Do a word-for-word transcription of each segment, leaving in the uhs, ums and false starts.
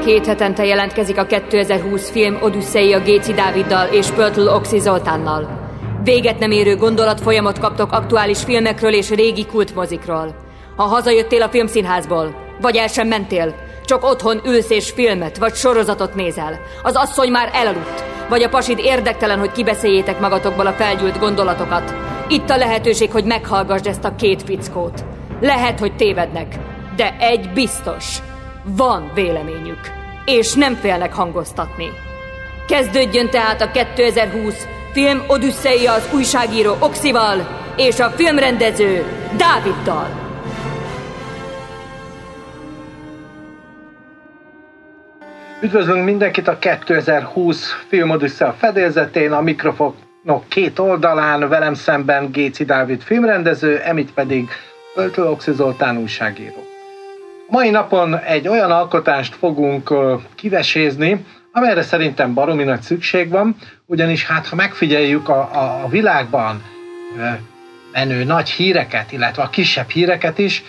Két hetente jelentkezik a kétezer-húsz film Odüsszeia Géci Dáviddal és Pörtl Oxy Zoltánnal. Véget nem érő gondolatfolyamot kaptok aktuális filmekről és régi kultmozikról. Ha hazajöttél a filmszínházból, vagy el sem mentél, csak otthon ülsz és filmet vagy sorozatot nézel, az asszony már elaludt, vagy a pasid érdektelen, hogy kibeszéljétek magatokból a felgyűlt gondolatokat. Itt a lehetőség, hogy meghallgassd ezt a két fickót. Lehet, hogy tévednek, de egy biztos. Van véleményük, és nem félnek hangoztatni. Kezdődjön tehát a kétezer-húsz film Odüsszeia az újságíró Oxyval és a filmrendező Dáviddal. Üdvözlünk mindenkit a kétezer-húsz film Odüsszeia fedélzetén, a mikrofonok két oldalán, velem szemben Géci Dávid filmrendező, Emit pedig Pörtl Oxy Zoltán újságíró. Mai napon egy olyan alkotást fogunk kivesézni, amelyre szerintem baromi nagy szükség van, ugyanis hát ha megfigyeljük a, a, a világban menő nagy híreket, illetve a kisebb híreket is,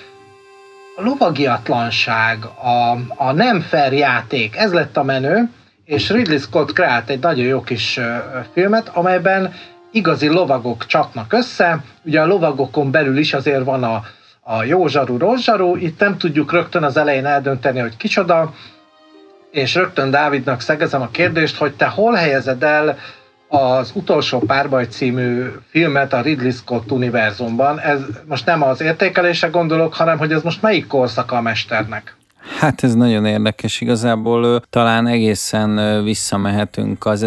a lovagiatlanság, a, a nem fair játék, ez lett a menő, és Ridley Scott kreált egy nagyon jó kis filmet, amelyben igazi lovagok csapnak össze, ugye a lovagokon belül is azért van a a jó zsaru, rossz zsaru, itt nem tudjuk rögtön az elején eldönteni, hogy kicsoda, és rögtön Dávidnak szegezem a kérdést, hogy te hol helyezed el az Utolsó párbaj című filmet a Ridley Scott univerzumban. Ez most nem az értékelésre gondolok, hanem hogy ez most melyik korszaka a mesternek? Hát ez nagyon érdekes, igazából talán egészen visszamehetünk az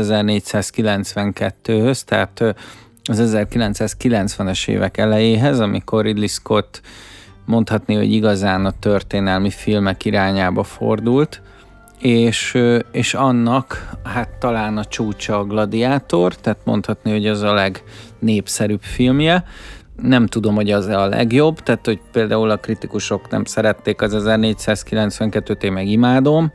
ezernégyszázkilencvenkettőhöz, tehát az ezerkilencszázkilencvenes évek elejéhez, amikor Ridley Scott mondhatni, hogy igazán a történelmi filmek irányába fordult, és, és annak hát talán a csúcsa a Gladiátor, tehát mondhatni, hogy az a legnépszerűbb filmje. Nem tudom, hogy az a legjobb, tehát hogy például a kritikusok nem szerették az ezernégyszázkilencvenkettőt, én meg imádom.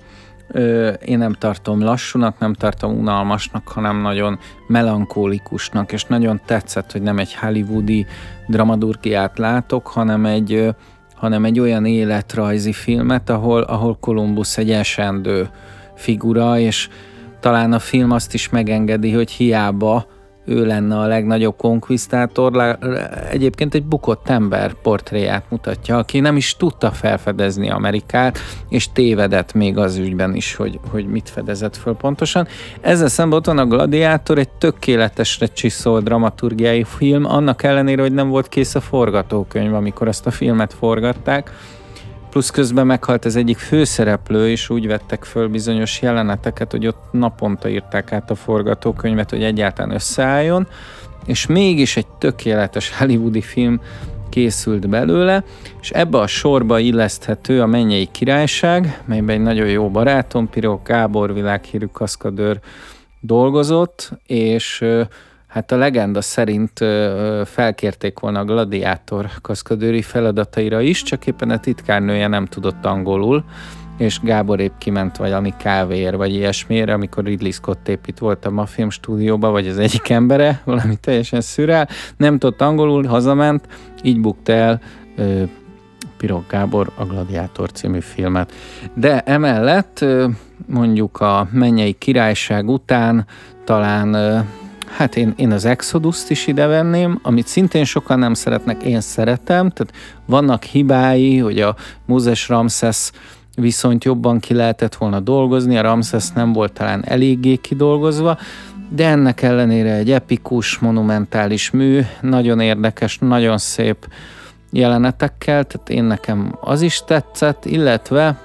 Én nem tartom lassúnak, nem tartom unalmasnak, hanem nagyon melankólikusnak, és nagyon tetszett, hogy nem egy hollywoodi dramaturgiát látok, hanem egy, hanem egy olyan életrajzi filmet, ahol, ahol Kolumbusz egy esendő figura, és talán a film azt is megengedi, hogy hiába ő lenne a legnagyobb konkvisztátor, egyébként egy bukott ember portréját mutatja, aki nem is tudta felfedezni Amerikát, és tévedett még az ügyben is, hogy, hogy mit fedezett föl pontosan. Ezzel szemben ott van a Gladiátor, egy tökéletesre csiszolt dramaturgiai film, annak ellenére, hogy nem volt kész a forgatókönyv, amikor azt a filmet forgatták, plusz közben meghalt az egyik főszereplő, és úgy vettek föl bizonyos jeleneteket, hogy ott naponta írták át a forgatókönyvet, hogy egyáltalán összeálljon, és mégis egy tökéletes hollywoodi film készült belőle, és ebbe a sorba illeszthető a Mennyei Királyság, melyben egy nagyon jó barátom, Pirog Gábor világhírű kaszkadőr dolgozott, és hát a legenda szerint felkérték volna a Gladiátor kaszkadőri feladataira is, csak éppen a titkárnője nem tudott angolul, és Gábor épp kiment valami kávéért, vagy ilyesmire, amikor Ridley Scott épp itt volt a film stúdióban, vagy az egyik embere, valami teljesen szürreál, nem tudott angolul, hazament, így bukta el ö, Pirog Gábor a Gladiátor című filmet. De emellett mondjuk a Mennyei Királyság után talán hát én, én az Exodust is ide venném, amit szintén sokan nem szeretnek, én szeretem, tehát vannak hibái, hogy a Mózes-Ramszesz viszonyt jobban ki lehetett volna dolgozni, a Ramszesz nem volt talán eléggé kidolgozva, de ennek ellenére egy epikus, monumentális mű, nagyon érdekes, nagyon szép jelenetekkel, tehát én nekem az is tetszett, illetve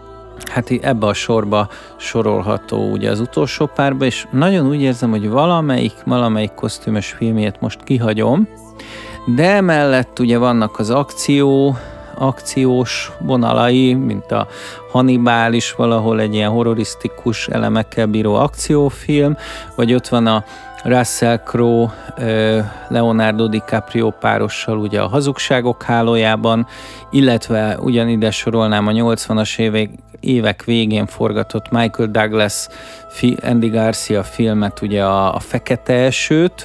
hát ebbe a sorba sorolható ugye az Utolsó párba, és nagyon úgy érzem, hogy valamelyik, valamelyik kosztümös filmjét most kihagyom, de emellett ugye vannak az akció, akciós vonalai, mint a Hannibal is valahol egy ilyen horrorisztikus elemekkel bíró akciófilm, vagy ott van a Russell Crowe, Leonardo DiCaprio párossal ugye a Hazugságok hálójában, illetve ugyanide sorolnám a nyolcvanas évek, évek végén forgatott Michael Douglas, Andy Garcia filmet, ugye a, a Fekete esőt,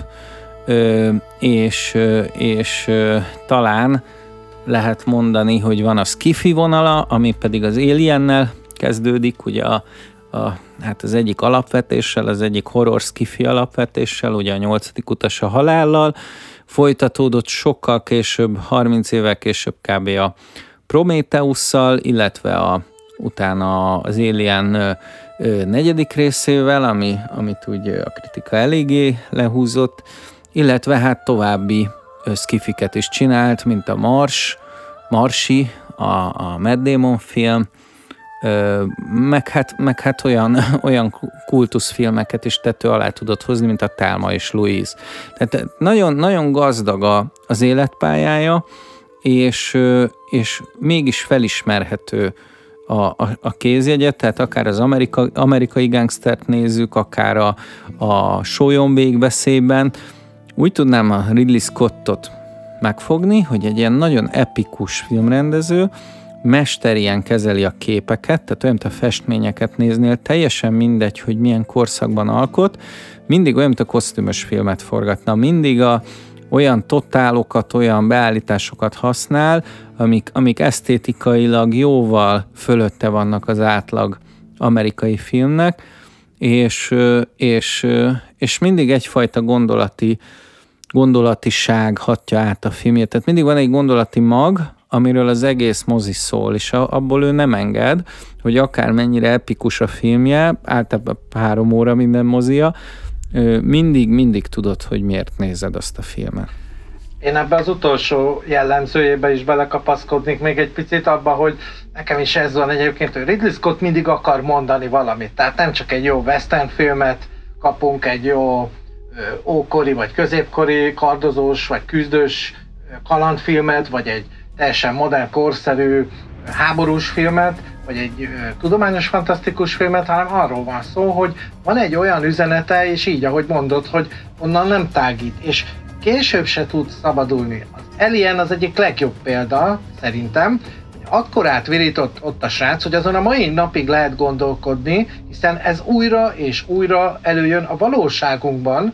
és, és talán lehet mondani, hogy van a sci-fi vonala, ami pedig az Aliennel kezdődik, ugye a, a, hát az egyik alapvetéssel, az egyik horror skifi alapvetéssel, ugye a nyolcadik utas a halállal, folytatódott sokkal később, harminc évvel később kb. A Prometheusszal, illetve a, utána az Alien ö, ö, negyedik részével, ami, amit úgy a kritika eléggé lehúzott, illetve hát további ö, skifiket is csinált, mint a Mars, Marsi, a, a Matt Damon film, ö, meg hát, meg hát olyan, olyan kultuszfilmeket is tető alá tudott hozni, mint a Thelma és Louise. Tehát nagyon, nagyon gazdag a, az életpályája, és, és mégis felismerhető a, a, a kézjegye, tehát akár az Amerika, amerikai gangstert nézzük, akár a, a Sólyom végbeszélyben. Úgy tudnám a Ridley Scottot megfogni, hogy egy ilyen nagyon epikus filmrendező, mesterien kezeli a képeket, tehát olyan, mint a festményeket néznél, teljesen mindegy, hogy milyen korszakban alkot, mindig olyan, mint a kosztümös filmet forgatna, mindig a olyan totálokat, olyan beállításokat használ, amik, amik esztétikailag jóval fölötte vannak az átlag amerikai filmnek, és, és, és mindig egyfajta gondolati, gondolatiság hatja át a filmjét. Tehát mindig van egy gondolati mag, amiről az egész mozi szól, és abból ő nem enged, hogy akármennyire epikus a filmje, általában három óra minden mozia, mindig, mindig tudod, hogy miért nézed azt a filmet. Én ebbe az utolsó jellemzőjébe is belekapaszkodnék még egy picit abba, hogy nekem is ez van egyébként, hogy Ridley Scott mindig akar mondani valamit. Tehát nem csak egy jó western filmet kapunk, egy jó ókori vagy középkori kardozós vagy küzdős kalandfilmet, vagy egy teljesen modern, korszerű háborús filmet, vagy egy ö, tudományos, fantasztikus filmet, hanem arról van szó, hogy van egy olyan üzenete, és így, ahogy mondod, hogy onnan nem tágít, és később se tud szabadulni. Az Alien az egyik legjobb példa, szerintem, akkorát virított ott a srác, hogy azon a mai napig lehet gondolkodni, hiszen ez újra és újra előjön a valóságunkban,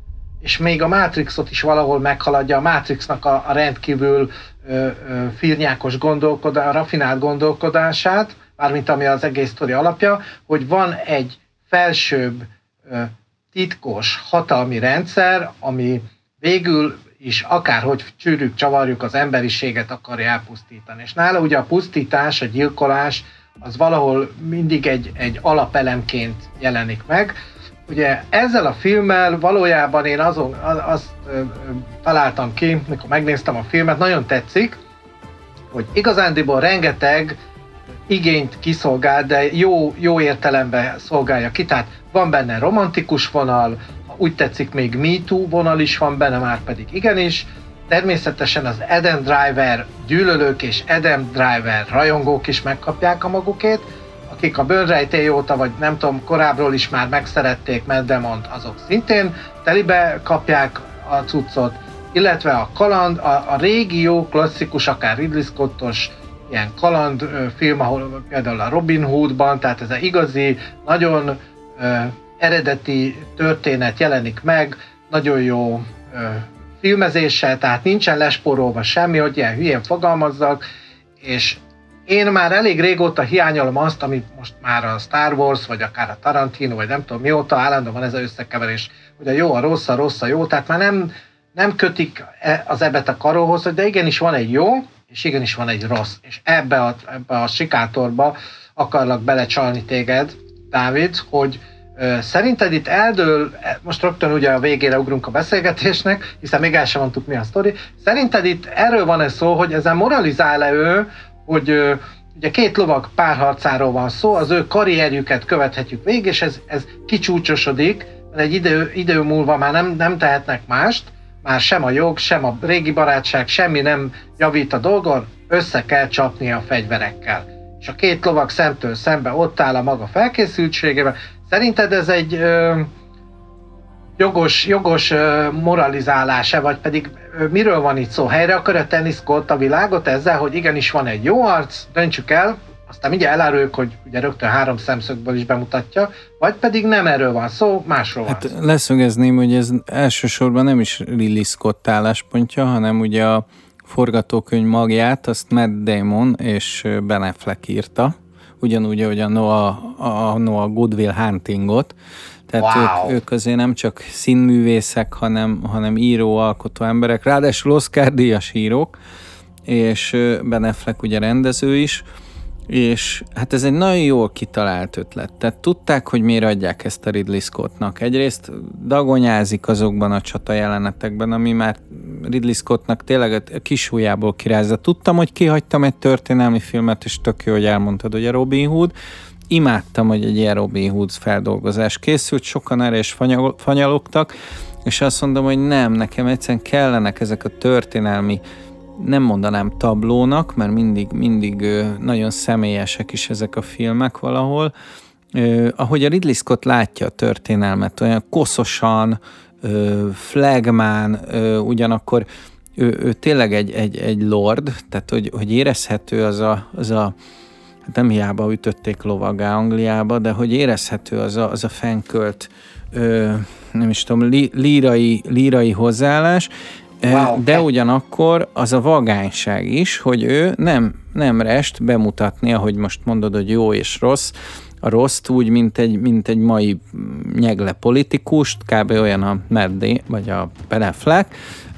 és még a Matrixot is valahol meghaladja, a Matrixnak a, a rendkívül ö, ö, firnyákos gondolkodás, rafinált gondolkodását, mármint ami az egész sztori alapja, hogy van egy felsőbb ö, titkos hatalmi rendszer, ami végül is akárhogy csűrjük, csavarjuk, az emberiséget akarja elpusztítani. És nála ugye a pusztítás, a gyilkolás, az valahol mindig egy, egy alapelemként jelenik meg. Ugye ezzel a filmmel valójában én azon, azt ö, ö, találtam ki, mikor megnéztem a filmet, nagyon tetszik, hogy igazándiból rengeteg igényt kiszolgál, de jó, jó értelemben szolgálja ki, tehát van benne romantikus vonal, úgy tetszik, még Me Too vonal is van benne, már pedig igenis. Természetesen az Adam Driver gyűlölők és Adam Driver rajongók is megkapják a magukét, akik a bőrrejtély óta, vagy nem tudom, korábbról is már megszerették Matt Damont, azok szintén telibe kapják a cuccot, illetve a kaland, a, a régi jó klasszikus, akár Ridley Scottos ilyen kalandfilm, ahol például a Robin Hoodban, tehát ez egy igazi, nagyon ö, eredeti történet jelenik meg, nagyon jó ö, filmezéssel, tehát nincsen lespórolva semmi, hogy ilyen hülyén fogalmazzak, és én már elég régóta hiányolom azt, amit most már a Star Wars, vagy akár a Tarantino, vagy nem tudom mióta, állandóan van ez az összekeverés, hogy a jó a rossz, a rossz a jó, tehát már nem, nem kötik az ebet a karóhoz, hogy de igenis van egy jó, és igenis van egy rossz, és ebbe a, ebbe a sikátorba akarlak belecsalni téged, Dávid, hogy ö, szerinted itt eldől, most rögtön ugye a végére ugrunk a beszélgetésnek, hiszen még el sem mondtuk, mi a sztori, szerinted itt erről van-e szó, hogy ezen moralizál-e ő, hogy ö, ugye két lovag párharcáról van szó, az ő karrierjüket követhetjük végig, és ez, ez kicsúcsosodik, mert egy idő, idő múlva már nem, nem tehetnek mást, már sem a jog, sem a régi barátság, semmi nem javít a dolgon, össze kell csapni a fegyverekkel. És a két lovag szemtől szembe ott áll a maga felkészültségével. Szerinted ez egy ö, jogos, jogos ö, moralizálása, vagy pedig ö, miről van itt szó? Helyre akarja tenni Scott a világot ezzel, hogy igenis van egy jó arc, döntsük el, aztán mindjárt eláruljuk, hogy ugye rögtön három szemszögből is bemutatja, vagy pedig nem erről van szó, másról hát van szó. Leszögezném, hogy ez elsősorban nem is Ridley Scott álláspontja, hanem ugye a forgatókönyv magját, azt Matt Damon és Ben Affleck írta. ugyanúgy, ahogy a Noah, a Noah Good Will Huntingot. Tehát wow. ők, ők azért nem csak színművészek, hanem, hanem író, alkotó emberek, ráadásul Oscar-díjas írók, és Ben Affleck ugye rendező is, és hát ez egy nagyon jól kitalált ötlet. Tehát tudták, hogy miért adják ezt a Ridley Scottnak. Egyrészt dagonyázik azokban a csata jelenetekben, ami már Ridley Scottnak tényleg a kisújjából kirázza. Tudtam, hogy kihagytam egy történelmi filmet, és tök jó, hogy elmondtad, hogy a Robin Hood. Imádtam, hogy egy ilyen Robin Hood feldolgozás készült, sokan erre is fanyal, fanyalogtak, és azt mondom, hogy nem, nekem egyszerűen kellenek ezek a történelmi, nem mondanám tablónak, mert mindig, mindig nagyon személyesek is ezek a filmek valahol. Ahogy a Ridley Scott látja a történelmet, olyan koszosan, flagmán, ugyanakkor ő, ő tényleg egy, egy, egy lord, tehát hogy, hogy érezhető az a, az a hát nem hiába ütötték lovaggá Angliába, de hogy érezhető az a, az a fenkölt, nem is tudom, lírai, lírai hozzáállás, wow, de ugyanakkor az a vagányság is, hogy ő nem, nem rest bemutatni, ahogy most mondod, hogy jó és rossz, a rossz úgy, mint egy, mint egy mai nyegle politikust, kb. Olyan a Maddé, vagy a Ben Affleck,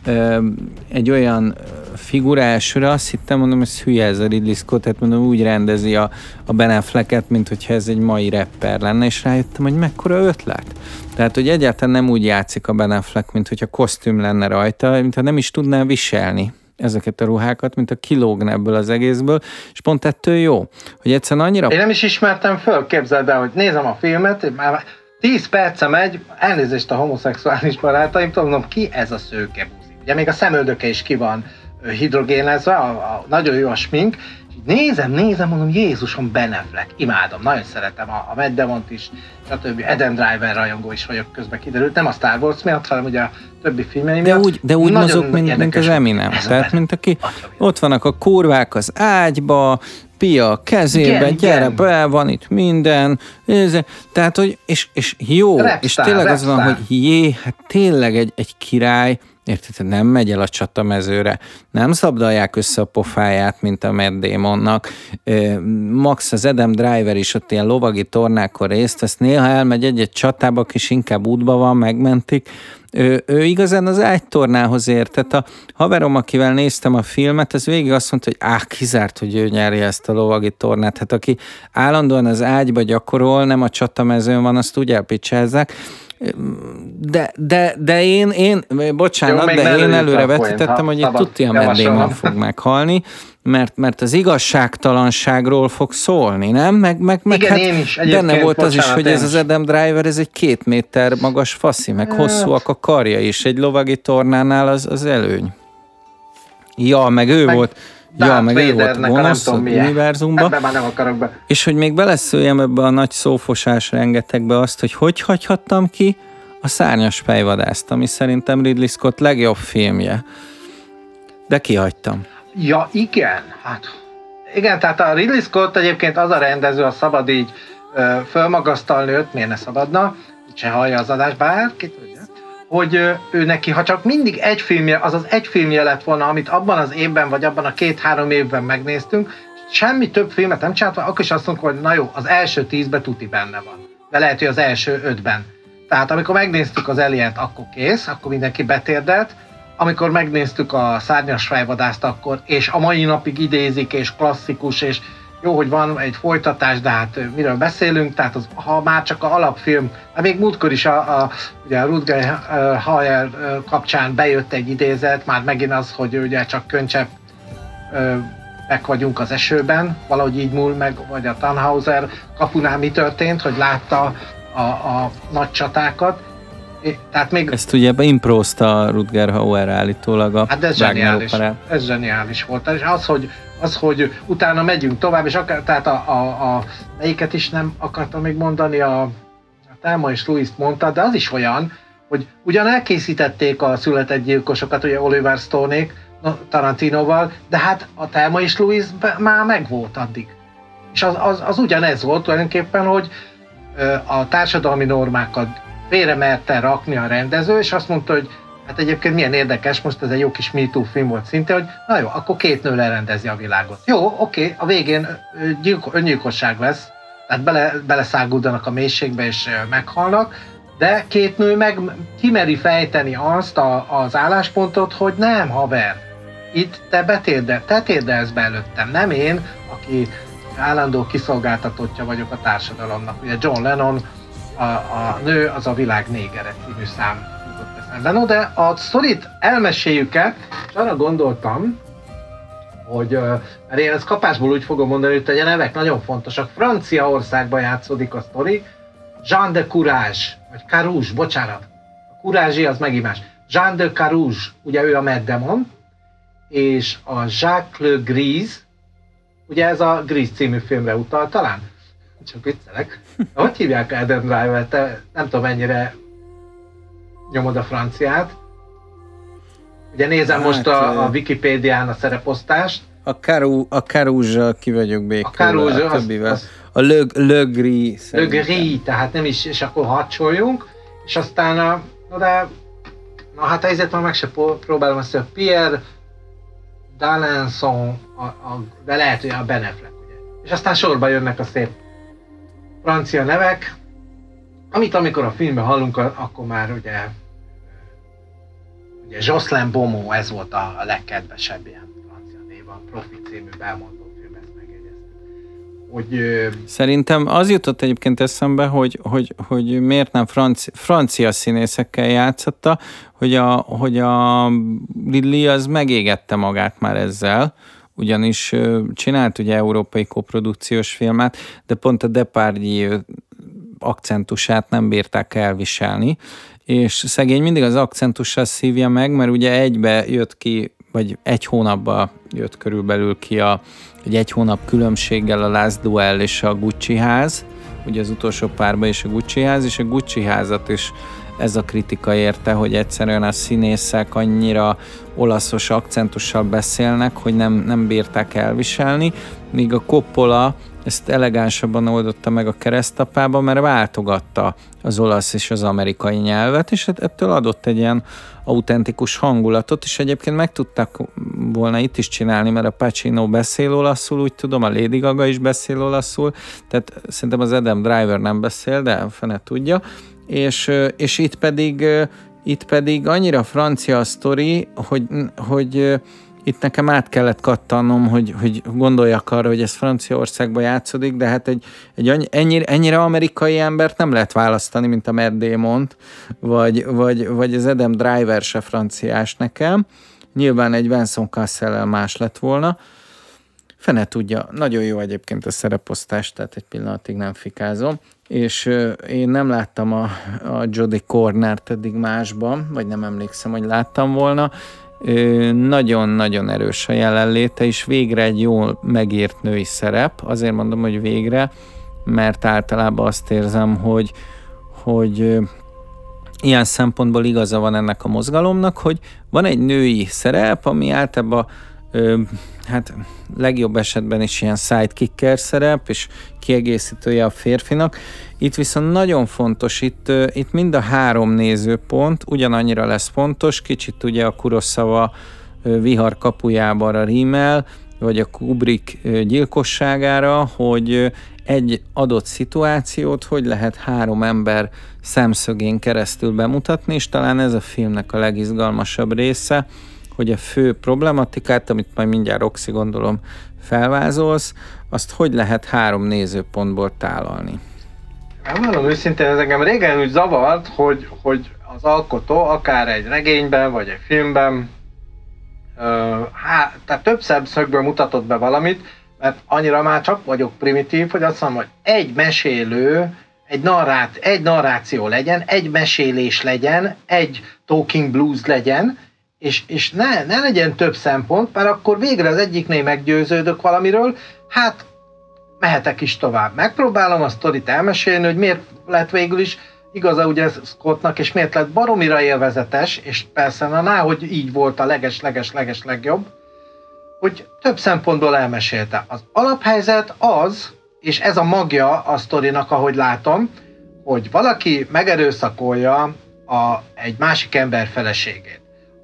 egy olyan figura elsőre, azt hittem, mondom, ez hülye ez a Ridley Scott, tehát mondom, úgy rendezi a, a Ben Afflecket, mint hogyha ez egy mai rapper lenne, és rájöttem, hogy mekkora ötlet. Tehát, hogy egyáltalán nem úgy játszik a Ben Affleck, mint hogyha kosztüm lenne rajta, mintha nem is tudná viselni ezeket a ruhákat, mint a kilógne ebből az egészből, és pont ettől jó, hogy egyszerűen annyira... Én nem is ismertem föl, képzeld el, hogy nézem a filmet, már tíz perce megy, elnézést a homoszexuális barátaim, tudom, ki ez a szőke buzi. Ugye még a szemöldöke is ki van hidrogénezve, a, a, nagyon jó a smink, és nézem, nézem, mondom, Jézusom, Ben Affleck, imádom, nagyon szeretem a, a Matt Damont is, stb. Adam Driver rajongó is vagyok, közben kiderült, nem a Star Wars miatt, hanem ugye a többi filmei miatt. De úgy, de úgy mozog, mint, mint az Eminem, tehát mint aki ott vannak a kurvák az ágyba, pia a kezében, igen, gyere igen. Be, van itt minden, tehát, hogy, és, és jó, repstar, és tényleg repstar. Az van, hogy jé, hát tényleg egy, egy király, érted, nem megy el a csatamezőre, nem szabdalják össze a pofáját, mint a Matt Damonnak. Max az Adam Driver is ott ilyen lovagi tornákon részt vesz, néha elmegy egy-egy csatába, és inkább útba van, megmentik. Ő, ő igazán az ágytornához ért. Tehát a haverom, akivel néztem a filmet, az végig azt mondta, hogy áh, kizárt, hogy ő nyerje ezt a lovagi tornát. Hát aki állandóan az ágyba gyakorol, nem a csatamezőn van, azt úgy elpicsázzák. De, de, de én, én bocsánat, jó, de én előre vetítettem, hogy itt tuti a Matt Damon fog meghalni, mert, mert az igazságtalanságról fog szólni, nem? Meg, meg, meg igen, hát én is. benne volt az is, hogy ez is. az Adam Driver, ez egy két méter magas faszi, meg hát. Hosszúak a karja is. Egy lovagi tornánál az, az előny. Ja, meg ő meg volt... Ja, meg ő volt gonosz az univerzumban. És hogy még beleszőjem ebbe a nagy szófosás rengetegbe azt, hogy hogy hagyhattam ki a Szárnyas fejvadászt, ami szerintem Ridley Scott legjobb filmje. De kihagytam. Ja, igen. Hát, igen, tehát a Ridley Scott egyébként az a rendező, a szabad így ö, fölmagasztalni őt, miért ne szabadna, így se hallja az adás, bárkit, hogy ő neki, ha csak mindig egy filmje, azaz egy filmje lett volna, amit abban az évben, vagy abban a két-három évben megnéztünk, semmi több filmet nem csinált, akkor is azt mondjuk, hogy na jó, az első tízben tuti benne van. De lehet, hogy az első ötben. Tehát amikor megnéztük az Alien-t, akkor kész, akkor mindenki betérdelt. Amikor megnéztük a Szárnyas fejvadászt, akkor, és a mai napig idézik, és klasszikus, és jó, hogy van egy folytatás, de hát miről beszélünk, tehát az, ha már csak a alapfilm, hát még múltkor is a, a, ugye a Rutger Hauer kapcsán bejött egy idézet, már megint az, hogy ugye csak könycsepp meg vagyunk az esőben, valahogy így múl meg, vagy a Tannhauser kapunál mi történt, hogy látta a, a nagy csatákat. Tehát még... Ezt ugye beimprózta Rutger Hauer állítólag a hát ez zseniális, ez zseniális volt. És az, hogy, az, hogy utána megyünk tovább, és akár, tehát a, a, a melyiket is nem akartam még mondani, a, a Thelma és Louise-t mondta, de az is olyan, hogy ugyan elkészítették a Született gyilkosokat, ugye Oliver Stone-ék, Tarantinoval, de hát a Thelma és Louise már megvolt addig. És az, az, az ugyanez volt tulajdonképpen, hogy a társadalmi normákat félre merte rakni a rendező, és azt mondta, hogy Hát egyébként milyen érdekes, most ez egy jó kis Me Too film volt szinte, hogy na jó, akkor két nő lerendezi a világot. Jó, oké, a végén gyilko, öngyilkosság lesz, tehát bele, beleszáguldanak a mélységbe és meghalnak, de két nő meg kimeri fejteni azt a, az álláspontot, hogy nem, haver, itt te betérde, te térdelsz be előttem, nem én, aki állandó kiszolgáltatottja vagyok a társadalomnak. Ugye John Lennon, a, a nő az a világ négere című szám jutott eszembe. No, de a sztorit elmeséljük el, és arra gondoltam, hogy, mert én ezt kapásból úgy fogom mondani, hogy a nevek nagyon fontosak. Franciaországban játszódik a sztori, Jean de Courage, vagy Carouge, bocsánat. A Courage az megint más. Jean de Carouge, ugye ő a Matt Damon, és a Jacques Le Gris, ugye ez a Grease című filmre utal talán? Csak viccelek. Hogy hívják Adam Driver? Te nem tudom mennyire nyomod a franciát. Ugye nézem hát, most a, a Wikipédián a szereposztást. A Carouge, a Carouge-zal ki vagyok békülve, a, Carouge, a többivel. Az, az, a Le, Le Gris. Le Gris, tehát nem is, és akkor hadsoljunk, és aztán a, na de, na hát ezért már meg se próbálom azt, hogy a Pierre d'Alençon, a, a, de lehet, hogy a Ben Affleck, ugye. És aztán sorba jönnek a szép francia nevek, amit amikor a filmben hallunk, akkor már ugye, ugye Jocelyn Beaumont, ez volt a, a legkedvesebb ilyen francia név, a Profi című belmondó film, ezt megjegyeztem. Hogy, Szerintem az jutott egyébként eszembe, hogy, hogy, hogy miért nem franci, francia színészekkel játszotta, hogy a, hogy a Ridley az megégette magát már ezzel, ugyanis csinált ugye európai koprodukciós filmet, de pont a Depardieu akcentusát nem bírták elviselni, és szegény mindig az akcentussal szívja meg, mert ugye egybe jött ki, vagy egy hónapban jött körülbelül ki a, egy egy hónap különbséggel a Last Duel és a Gucci ház, ugye az utolsó párban és a Gucci ház, és a Gucci házat is ez a kritika érte, hogy egyszerűen a színészek annyira olaszos akcentussal beszélnek, hogy nem, nem bírták elviselni, míg a Coppola ezt elegánsabban oldotta meg a Keresztapában, mert váltogatta az olasz és az amerikai nyelvet, és ettől adott egy ilyen autentikus hangulatot, és egyébként meg tudták volna itt is csinálni, mert a Pacino beszél olaszul, úgy tudom, a Lady Gaga is beszél olaszul, tehát szerintem az Adam Driver nem beszél, de fene tudja, és, és itt pedig itt pedig annyira francia a sztori, hogy, hogy itt nekem át kellett kattanom, hogy, hogy gondoljak arra, hogy ez Franciaországban játszódik, de hát egy, egy ennyire, ennyire amerikai embert nem lehet választani, mint a Matt Damont, vagy, vagy, vagy az Adam Driver se franciás nekem. Nyilván egy Vincent Cassel-el más lett volna. Fene tudja, nagyon jó egyébként a szereposztás, tehát egy pillanatig nem fikázom. És euh, én nem láttam a, a Jodie Cornert eddig másban, vagy nem emlékszem, hogy láttam volna. Nagyon-nagyon erős a jelenléte, és végre egy jól megírt női szerep. Azért mondom, hogy végre, mert általában azt érzem, hogy, hogy ilyen szempontból igaza van ennek a mozgalomnak, hogy van egy női szerep, ami általában hát legjobb esetben is ilyen sidekicker szerep, és kiegészítője a férfinak. Itt viszont nagyon fontos, itt, itt mind a három nézőpont ugyanannyira lesz fontos, kicsit ugye a Kurosawa vihar kapujára rímel, vagy a Kubrick gyilkosságára, hogy egy adott szituációt hogy lehet három ember szemszögén keresztül bemutatni, és talán ez a filmnek a legizgalmasabb része, hogy a fő problematikát, amit majd mindjárt Roxy gondolom felvázolsz, azt hogy lehet három nézőpontból tálalni. Valami őszintén, ez engem régen úgy zavart, hogy, hogy az alkotó akár egy regényben, vagy egy filmben há, tehát több szemszögből mutatott be valamit, mert annyira már csak vagyok primitív, hogy azt mondom, hogy egy mesélő, egy, narrát, egy narráció legyen, egy mesélés legyen, egy talking blues legyen, és, és ne, ne legyen több szempont, mert akkor végre az egyiknél meggyőződök valamiről, hát mehetek is tovább. Megpróbálom a sztorit elmesélni, hogy miért lett végül is igaza ugye Scottnak, és miért lett baromira élvezetes, és persze na, ná, hogy így volt a leges-leges-leges legjobb, hogy több szempontból elmesélte. Az alaphelyzet az, és ez a magja a sztorinak, ahogy látom, hogy valaki megerőszakolja a, egy másik ember feleségét.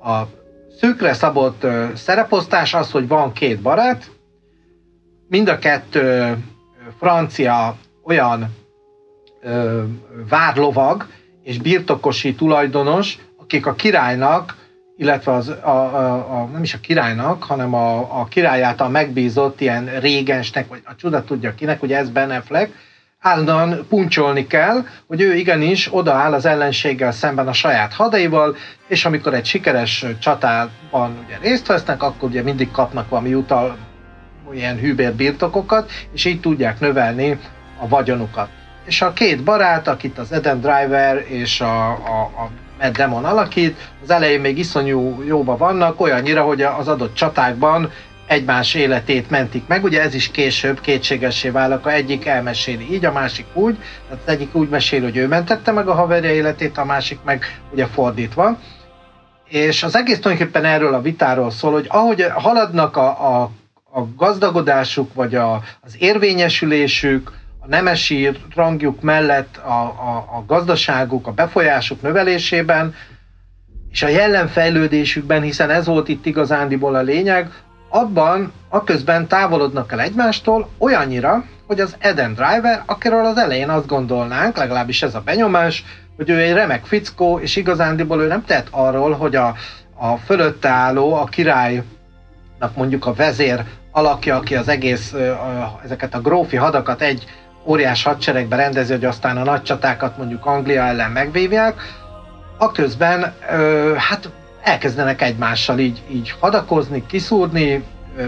a szűkre szabott szereposztás az, hogy van két barát, mind a kettő francia olyan ö, várlovag és birtokosi tulajdonos, akik a királynak, illetve az, a, a, a, nem is a királynak, hanem a, a király által megbízott ilyen régensnek, vagy a csuda tudja kinek, ugye ez Ben Affleck, állandóan puncsolni kell, hogy ő igenis odaáll az ellenséggel szemben a saját hadaival, és amikor egy sikeres csatában ugye részt vesznek, akkor ugye mindig kapnak valami utal, ilyen hűbér birtokokat, és így tudják növelni a vagyonukat. És a két barát, akit az Adam Driver és a, a, a Matt Damon alakít, az elején még iszonyú jóba vannak, olyannyira, hogy az adott csatákban egymás életét mentik meg. Ugye ez is később kétségessé válik, a egyik elmeséli így, a másik úgy, tehát az egyik úgy meséli, hogy ő mentette meg a haverja életét, a másik meg ugye fordítva. És az egész tulajdonképpen erről a vitáról szól, hogy ahogy haladnak a, a, a gazdagodásuk, vagy a, az érvényesülésük, a nemesi rangjuk mellett a, a, a gazdaságuk, a befolyásuk növelésében, és a jellemfejlődésükben, hiszen ez volt itt igazándiból a lényeg, abban aközben távolodnak el egymástól olyannyira, hogy az Adam Driver, akiről az elején azt gondolnánk, legalábbis ez a benyomás, hogy ő egy remek fickó, és igazándiból ő nem tehet arról, hogy a, a fölötte álló, a királynak mondjuk a vezér alakja, aki az egész, ezeket a grófi hadakat egy óriás hadseregbe rendezi, hogy aztán a nagy csatákat mondjuk Anglia ellen megvívják, aközben hát elkezdenek egymással így, így hadakozni, kiszúrni,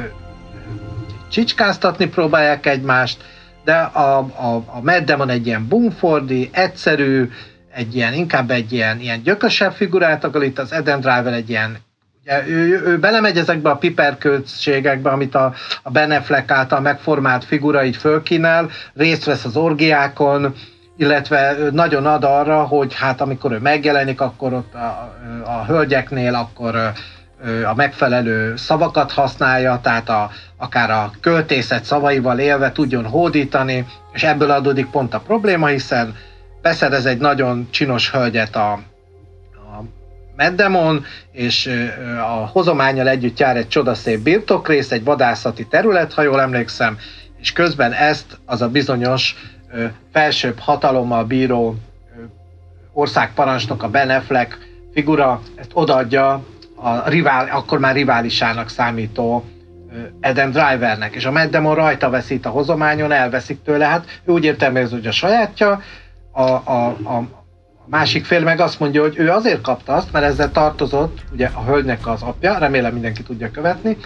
csicskáztatni próbálják egymást, de a, a, a Matt Damon egy ilyen bumfordi, egyszerű, egy ilyen, inkább egy ilyen, ilyen gyökösebb figurát akalít, az Adam Driver egy ilyen, ugye, ő, ő belemegy ezekbe a piperköltségekbe, amit a, a Ben Affleck által megformált figura így fölkínál, részt vesz az orgiákon, illetve nagyon ad arra, hogy hát amikor ő megjelenik, akkor ott a, a hölgyeknél akkor a megfelelő szavakat használja, tehát a, akár a költészet szavaival élve tudjon hódítani, és ebből adódik pont a probléma, hiszen beszerez egy nagyon csinos hölgyet a, a Matt Damon, és a hozománnyal együtt jár egy csodaszép birtokrész, egy vadászati terület, ha jól emlékszem, és közben ezt az a bizonyos felsőbb hatalommal bíró országparancsnok, a Ben Affleck figura, ezt odaadja a rivál, akkor már riválisának számító Adam Drivernek, és a Matt Damon rajta veszít a hozományon, elveszik tőle, hát ő úgy értelmezi, hogy a sajátja, a, a, a másik fél meg azt mondja, hogy ő azért kapta azt, mert ezzel tartozott, ugye a hölgynek az apja, remélem mindenki tudja követni,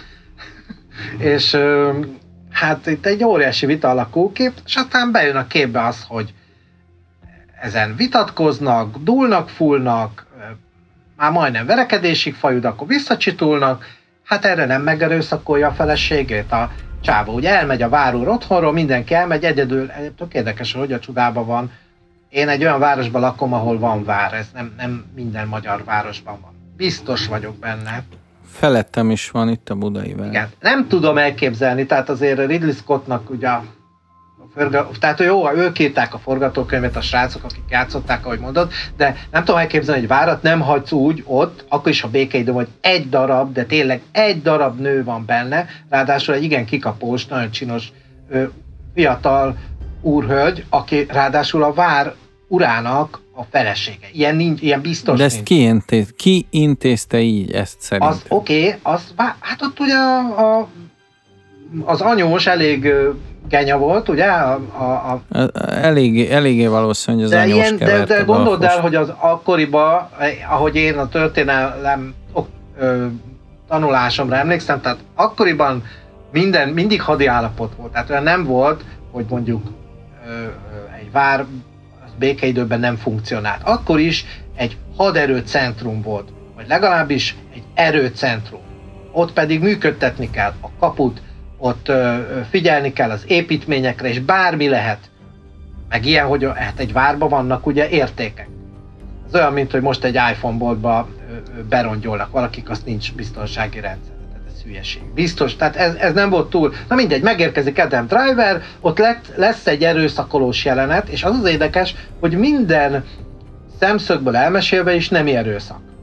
és hát itt egy óriási vita alakul ki, és aztán bejön a képbe az, hogy ezen vitatkoznak, dúlnak, fullnak, már majdnem verekedésig fajud, akkor visszacsitulnak, hát erre nem megerőszakolja a feleségét a csávó. Ugye elmegy a várúr otthonról, mindenki elmegy, egyedül, tök érdekes, hogy a csodában van. Én egy olyan városban lakom, ahol van vár, ez nem, nem minden magyar városban van. Biztos vagyok benne. Felettem is van itt a budai vár. Igen, nem tudom elképzelni, tehát azért Ridley Scottnak ugye a Forga... Tehát jó, ők írták a forgatókönyvet, a srácok, akik játszották, ahogy mondod, de nem tudom elképzelni, hogy várat nem hagysz úgy ott, akkor is a békeidő, hogy egy darab, de tényleg egy darab nő van benne, ráadásul egy igen kikapós, nagyon csinos fiatal úrhölgy, aki ráadásul a vár urának a felesége. Ilyen, nincs, ilyen biztos de ezt nincs. Ki, intéz, ki intézte így ezt szerintem? Az oké, okay, az, hát ott ugye a, a, az anyós elég genya volt, ugye? A, a, a... Elég, eléggé valószínű, hogy az de anyós ilyen, de, de gondold el, hogy az akkoriban, ahogy én a történelem ö, tanulásomra emlékszem, tehát akkoriban minden, mindig hadi állapot volt. Tehát olyan nem volt, hogy mondjuk ö, egy vár békeidőben nem funkcionált. Akkor is egy haderőcentrum volt, vagy legalábbis egy erőcentrum. Ott pedig működtetni kell a kaput, ott ö, figyelni kell az építményekre, és bármi lehet. Meg ilyen, hogy hát egy várban vannak ugye értékek. Ez olyan, mint hogy most egy iPhone boltba berongyolnak valakik, azt nincs biztonsági rendszer. Tehát ez hülyeség. Biztos, tehát ez, ez nem volt túl. Na mindegy, megérkezik Adam Driver, ott lett, lesz egy erőszakolós jelenet, és az az érdekes, hogy minden szemszögből elmesélve is nem erőszak.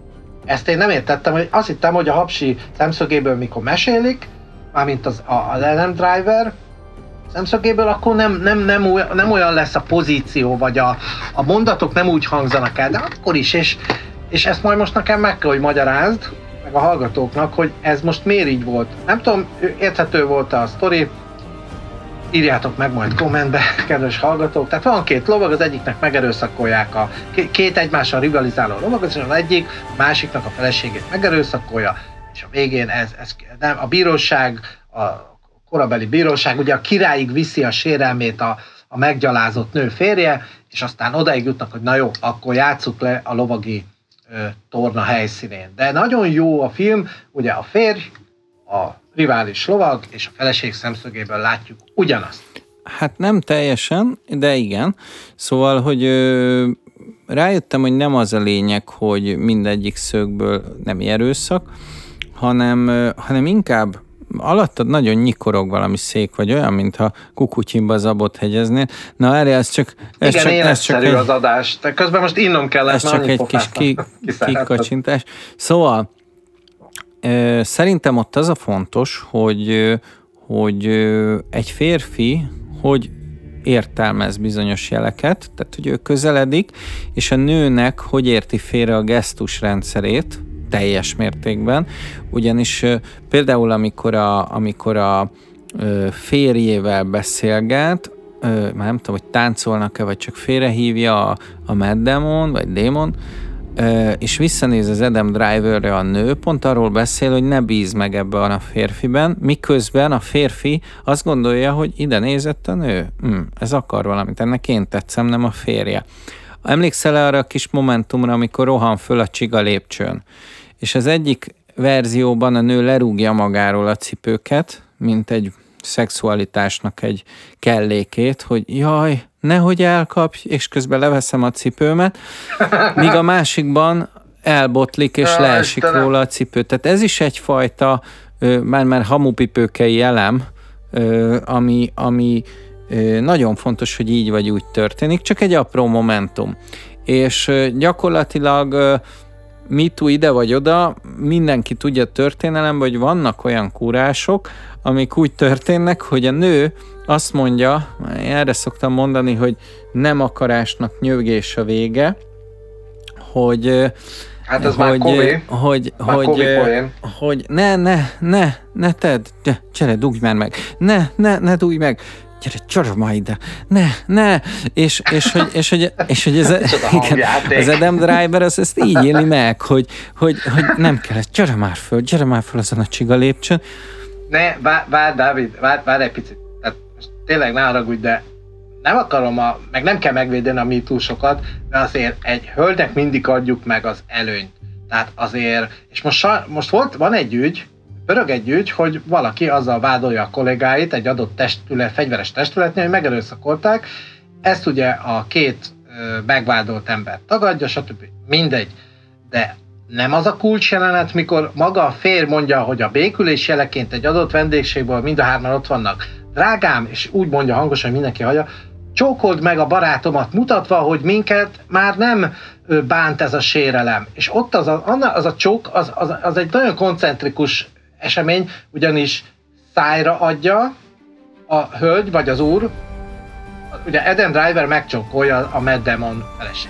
ezt én nem értettem, hogy azt hittem, hogy a Hapsi szemszögéből mikor mesélik, mármint az, a, a Adam Driver szemszögéből, akkor nem, nem, nem, olyan, nem olyan lesz a pozíció, vagy a, a mondatok nem úgy hangzanak el, de akkor is, és, és ezt majd most nekem meg kell, hogy magyarázd, meg a hallgatóknak, hogy ez most miért így volt. Nem tudom, érthető volt a sztori, írjátok meg majd kommentbe, kedves hallgatók. Tehát van két lovag, az egyiknek megerőszakolják a két egymással rivalizáló lovag, az egyik, a másiknak a feleségét megerőszakolja, és a végén ez, ez nem, a bíróság, a korabeli bíróság, ugye a királyig viszi a sérelmét a, a meggyalázott nő férje, és aztán odaig jutnak, hogy na jó, akkor játsszuk le a lovagi ö, torna helyszínén. De nagyon jó a film, ugye a férj, a rivális lovag, és a feleség szemszögéből látjuk ugyanazt. Hát nem teljesen, de igen. Szóval, hogy ö, rájöttem, hogy nem az a lényeg, hogy mindegyik szögből nem erőszak, hanem, ö, hanem inkább alattad nagyon nyikorog valami szék, vagy olyan, mintha Kukutyinba zabot hegyeznél. Na erre ez csak... Ez igen, csak, életszerű ez csak az adás. De közben most innom kellett, ez csak egy kis ki, kikacsintás. Szóval ö, szerintem ott az a fontos, hogy, hogy egy férfi, hogy értelmez bizonyos jeleket, tehát hogy ő közeledik, és a nőnek hogy érti félre a gesztusrendszerét, teljes mértékben, ugyanis például amikor a, amikor a férjével beszélget, már nem tudom, hogy táncolnak-e, vagy csak félrehívja a, a Matt Damon, vagy Damon, és visszanéz az Adam Driverre a nő, pont arról beszél, hogy ne bízz meg ebben a férfiben, miközben a férfi azt gondolja, hogy ide nézett a nő, hm, ez akar valamit, ennek én tetszem, nem a férje. Emlékszel arra a kis momentumra, amikor rohan föl a csiga lépcsőn, és az egyik verzióban a nő lerúgja magáról a cipőket, mint egy szexualitásnak egy kellékét, hogy jaj, nehogy elkapj, és közben leveszem a cipőmet, míg a másikban elbotlik, és leesik róla a cipő. Tehát ez is egyfajta, már-már hamupipőkei elem, ami, ami nagyon fontos, hogy így vagy úgy történik, csak egy apró momentum. És gyakorlatilag MeToo ide vagy oda, mindenki tudja a történelemben, hogy vannak olyan kúrások, amik úgy történnek, hogy a nő azt mondja, erre szoktam mondani, hogy nem akarásnak nyögés a vége, hogy hát ez hogy, már kové, hogy, már hogy, kové hogy ne, ne, ne, ne tedd, de, gyere, dugj már meg, ne, ne, ne dugj meg, gyere, csarma ide, ne, ne, és, és, hogy, és, hogy, és, hogy ez, igen, az Adam Driver az ezt így éli meg, hogy, hogy, hogy nem kellett, gyere már föl, gyere már föl azon a csiga lépcsőn. Ne, várj, vár, Dávid, várj, vár egy picit, tehát most tényleg ne haragudj, de nem akarom, a, meg nem kell megvédeni a MeToo-sokat, de azért egy hölgynek mindig adjuk meg az előnyt. Tehát azért, és most, most volt, van egy ügy, pörög egy ügy, hogy valaki azzal vádolja a kollégáit egy adott testület, fegyveres testületnél, hogy megerőszakolták. Ezt ugye a két ö, megvádolt ember tagadja, stb. Mindegy. De nem az a kulcsjelenet, mikor maga a férj mondja, hogy a békülés jeleként egy adott vendégségből mind a hárman ott vannak. Drágám, és úgy mondja hangosan, hogy mindenki hallja, csókold meg a barátomat, mutatva, hogy minket már nem bánt ez a sérelem. És ott az a, az a csók, az, az, az egy nagyon koncentrikus esemény, ugyanis szájra adja a hölgy, vagy az úr, ugye Adam Driver megcsókolja a Matt Damon feleségét.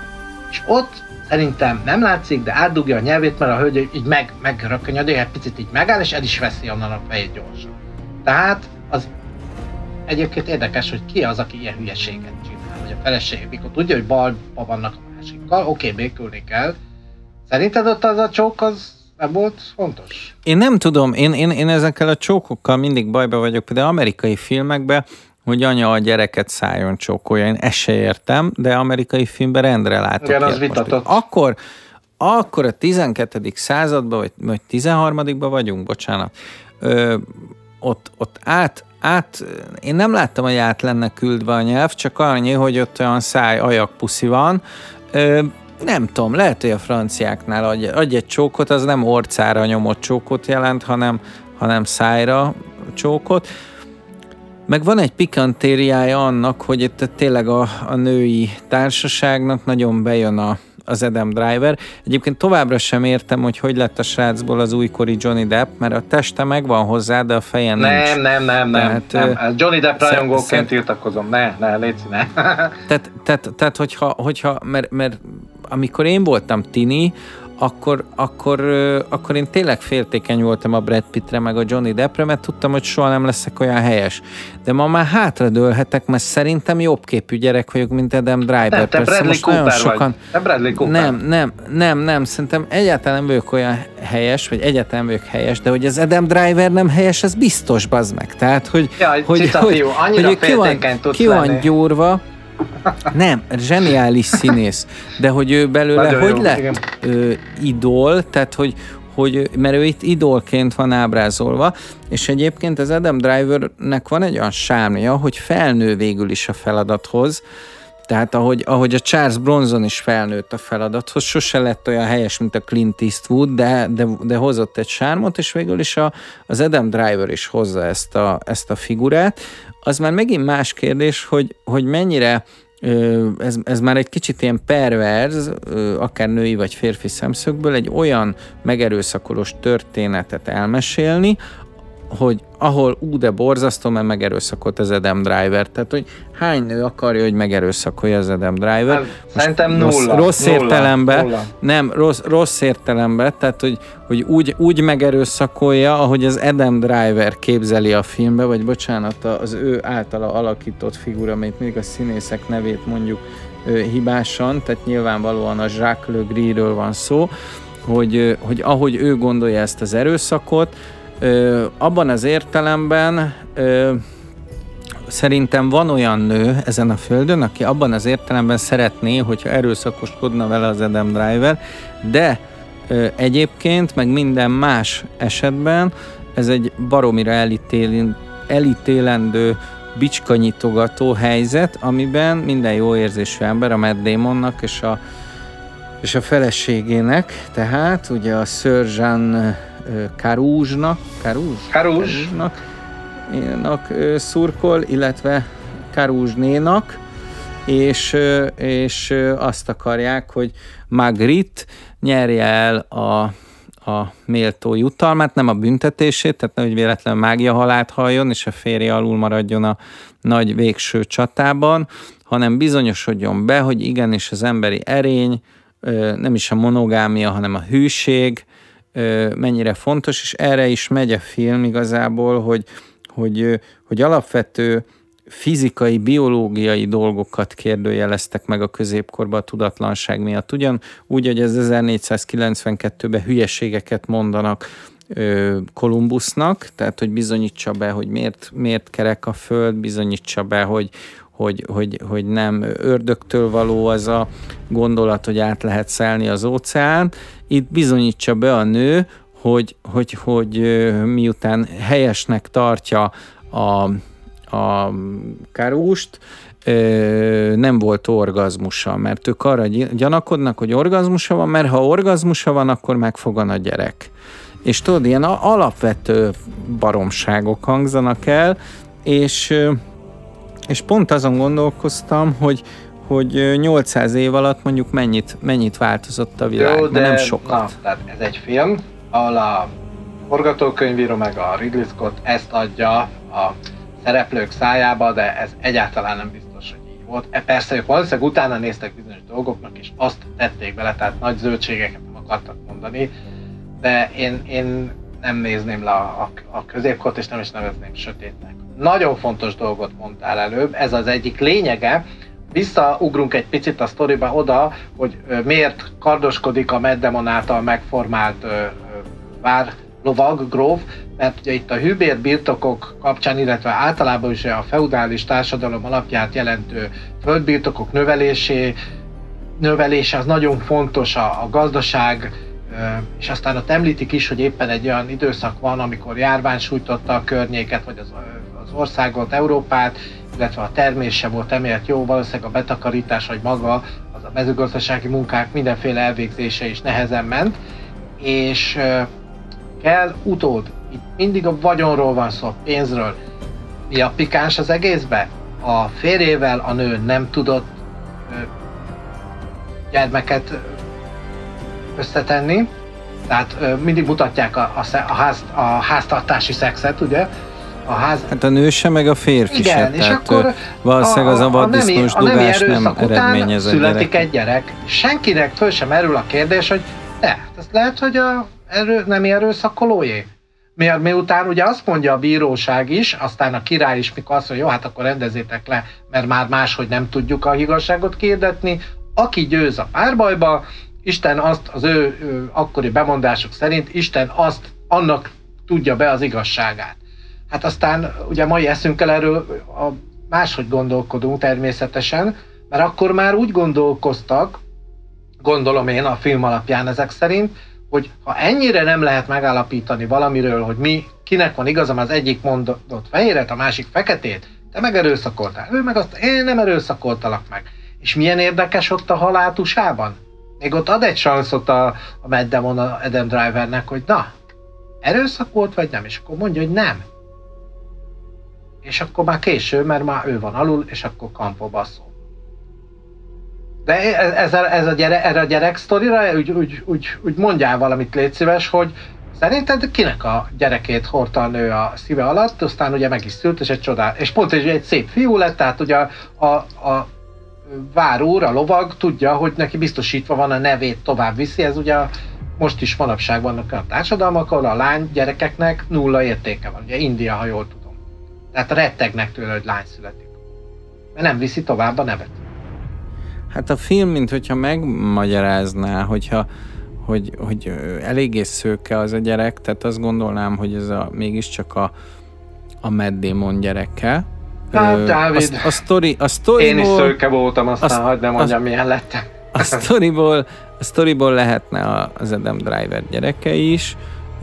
És ott szerintem nem látszik, de átdugja a nyelvét, mert a hölgy így meg, megrökönyödik, egy picit így megáll, és el is veszi onnan a fejét gyorsan. Tehát az egyébként érdekes, hogy ki az, aki ilyen hülyeséget csinál, hogy a feleség, mikor tudja, hogy balba vannak a másikkal, oké, okay, békülni kell. Szerinted ott az a csók, az nem volt fontos? Én nem tudom, én, én, én ezekkel a csókokkal mindig bajba vagyok, például amerikai filmekben, hogy anya a gyereket szájon csókolja, én ezt se értem, de amerikai filmben rendre látok. Igen, az vitatott. Akkor, akkor a tizenkettedik században, vagy, vagy tizenharmadikban vagyunk, bocsánat, ö, ott, ott át, át, én nem láttam, hogy át lenne küldve a nyelv, csak annyi, hogy ott olyan száj, ajak, puszi van. Ö, nem tudom, lehet, hogy a franciáknál adj, adj egy csókot, az nem orcára nyomott csókot jelent, hanem, hanem szájra csókot. Meg van egy pikantériája annak, hogy itt tényleg a, a női társaságnak nagyon bejön a, az Adam Driver. Egyébként továbbra sem értem, hogy hogy lett a srácból az újkori Johnny Depp, mert a teste megvan hozzá, de a feje nincs. Nem, nem, nem, nem. Tehát, nem. Johnny Depp rajongóként tiltakozom. Ne, ne, légy ne. tehát, tehát, tehát, hogyha, hogyha mert, mert amikor én voltam tini, Akkor, akkor, akkor én tényleg féltékeny voltam a Brad Pittre meg a Johnny Deppre, mert tudtam, hogy soha nem leszek olyan helyes. De ma már hátradőlhetek, mert szerintem jobb képű gyerek vagyok, mint Adam Driver. Nem, te Bradley Cooper sokan... vagy. Te Bradley Cooper. Nem, nem, nem, nem, szerintem egyáltalán nem vagyok olyan helyes, vagy egyáltalán vagyok helyes, de hogy az Adam Driver nem helyes, az biztos, bazd meg. Tehát, hogy, Jaj, hogy, cica hogy, fiú, annyira hogy féltékeny tudsz ki van, ki van gyúrva. Nem, zseniális színész, de hogy ő belőle nagyon hogy jó, lett ö, idol, tehát hogy, hogy, mert ő itt idolként van ábrázolva, és egyébként az Adam Drivernek van egy olyan sármja, hogy felnő végül is a feladathoz, tehát ahogy, ahogy a Charles Bronson is felnőtt a feladathoz, sose lett olyan helyes, mint a Clint Eastwood, de, de, de hozott egy sármot, és végül is a, az Adam Driver is hozza ezt a, ezt a figurát. Az már megint más kérdés, hogy, hogy mennyire ez, ez már egy kicsit ilyen perverz, akár női vagy férfi szemszögből egy olyan megerőszakolós történetet elmesélni, hogy ahol ú, de borzasztó, mert megerőszakolt az Adam Driver. Tehát, hogy hány nő akarja, hogy megerőszakolja az Adam Driver? Hát, szerintem nulla. Rossz, rossz nulla, értelemben, nulla. nem, rossz, rossz értelemben, tehát, hogy, hogy úgy, úgy megerőszakolja, ahogy az Adam Driver képzeli a filmbe, vagy bocsánat, az ő általa alakított figura, amit még a színészek nevét mondjuk hibásan, tehát nyilvánvalóan a Jacques Le Gris-ről van szó, hogy, hogy ahogy ő gondolja ezt az erőszakot, Ö, abban az értelemben ö, szerintem van olyan nő ezen a földön, aki abban az értelemben szeretné, hogyha erőszakoskodna vele az Adam Driver, de ö, egyébként, meg minden más esetben ez egy baromira elítél, elítélendő, bicskanyitogató helyzet, amiben minden jó érzésű ember, a Matt Damonnak és a, és a feleségének, tehát ugye a Sir Jean Carouge-nak, Carouge? Carouge-nak szurkol, illetve Carouge-nénak, és, és azt akarják, hogy Magritte nyerje el a, a méltó jutalmát, nem a büntetését, tehát nehogy véletlenül mágia halált halljon, és a férje alul maradjon a nagy végső csatában, hanem bizonyosodjon be, hogy igenis az emberi erény, nem is a monogámia, hanem a hűség, mennyire fontos, és erre is megy a film igazából, hogy, hogy, hogy alapvető fizikai, biológiai dolgokat kérdőjeleztek meg a középkorban a tudatlanság miatt. Ugyan úgy, hogy az ezernégyszázkilencvenkettőben hülyeségeket mondanak Kolumbusznak, tehát hogy bizonyítsa be, hogy miért, miért kerek a föld, bizonyítsa be, hogy Hogy, hogy, hogy nem ördögtől való az a gondolat, hogy át lehet szállni az óceán. Itt bizonyítsa be a nő, hogy, hogy, hogy miután helyesnek tartja a, a Carouge-t, nem volt orgazmusa, mert ők arra gyanakodnak, hogy orgazmusa van, mert ha orgazmusa van, akkor megfogan a gyerek. És tudod, ilyen alapvető baromságok hangzanak el, és És pont azon gondolkoztam, hogy, hogy nyolcszáz év alatt mondjuk mennyit, mennyit változott a világ, jó, de, de nem sokat. Na, tehát ez egy film, ahol a forgatókönyvíró meg a Ridley Scott ezt adja a szereplők szájába, de ez egyáltalán nem biztos, hogy így volt. E, persze ők valószínűleg utána néztek bizonyos dolgoknak, és azt tették bele, tehát nagy zöldségeket nem akartak mondani, de én, én nem nézném le a, a, a középkort, és nem is nevezném sötétnek. Nagyon fontos dolgot mondtál előbb, ez az egyik lényege. Visszaugrunk egy picit a sztoriba oda, hogy ö, miért kardoskodik a Matt Damon által megformált ö, ö, várlovag, gróf, mert ugye itt a hűbér birtokok kapcsán, illetve általában is a feudális társadalom alapját jelentő földbirtokok növelésé, növelése az nagyon fontos a, a gazdaság, és aztán ott említik is, hogy éppen egy olyan időszak van, amikor járvány sújtotta a környéket, vagy az, az országot, Európát, illetve a termés sem volt emiatt jó, valószínűleg a betakarítás, vagy maga az a mezőgazdasági munkák mindenféle elvégzése is nehezen ment, és kell utód. Itt mindig a vagyonról van szó, pénzről. Mi a pikáns az egészben? A férjével a nő nem tudott gyermeket összetenni. Tehát mindig mutatják a, a, a, ház, a háztartási szexet, ugye? A ház... Hát a nő se, meg a férfi igen, se. És tehát akkor valószínűleg az a vaddisznós dugás nem eredményez a születik gyerek. egy gyerek. Senkinek föl sem merül a kérdés, hogy de, ez lehet, hogy a erő, nemi erőszakolójé. Mi, miután ugye azt mondja a bíróság is, aztán a király is, mikor azt mondja, jó, hát akkor rendezzétek le, mert már máshogy nem tudjuk a igazságot kihirdetni. Aki győz a párbajba, Isten azt, az ő, ő akkori bemondások szerint, Isten azt, annak tudja be az igazságát. Hát aztán ugye mai eszünkkel erről a, máshogy gondolkodunk természetesen, mert akkor már úgy gondolkoztak, gondolom én a film alapján ezek szerint, hogy ha ennyire nem lehet megállapítani valamiről, hogy mi, kinek van igazam, az egyik mondott fehéret, a másik feketét, te meg erőszakoltál, ő meg azt, én nem erőszakoltalak meg. És milyen érdekes ott a haláltusában? Még ott ad egy sanszot a, a Matt Damon, a Adam Drivernek, hogy na, erőszakolt vagy nem? És akkor mondja, hogy nem. És akkor már késő, mert már ő van alul, és akkor kampó baszol. De ez a, ez a gyerek, erre a gyerek sztorira úgy, úgy, úgy, úgy mondjál valamit, légy szíves, hogy szerinted kinek a gyerekét hordta a nő a szíve alatt, aztán ugye meg is szült, és egy csodál, és pont egy, egy szép fiú lett, tehát ugye a, a, a várúr, a lovag tudja, hogy neki biztosítva van a nevét, tovább viszi, ez ugye most is manapság vannak olyan társadalmak, ahol a lány gyerekeknek nulla értéke van, ugye India, ha jól tudom. Tehát rettegnek tőle, hogy lány születik. Mert nem viszi tovább a nevet. Hát a film, mint hogyha megmagyarázná, hogyha, hogy, hogy eléggé szőke az a gyerek, tehát azt gondolnám, hogy ez a, mégiscsak a, a Matt Damon gyereke. Hát, Dávid, a, a sztori, a sztoriból, én is szőke voltam, aztán hagyd nem mondjam, milyen lettem. A sztoriból, a sztoriból lehetne az Adam Driver gyereke is,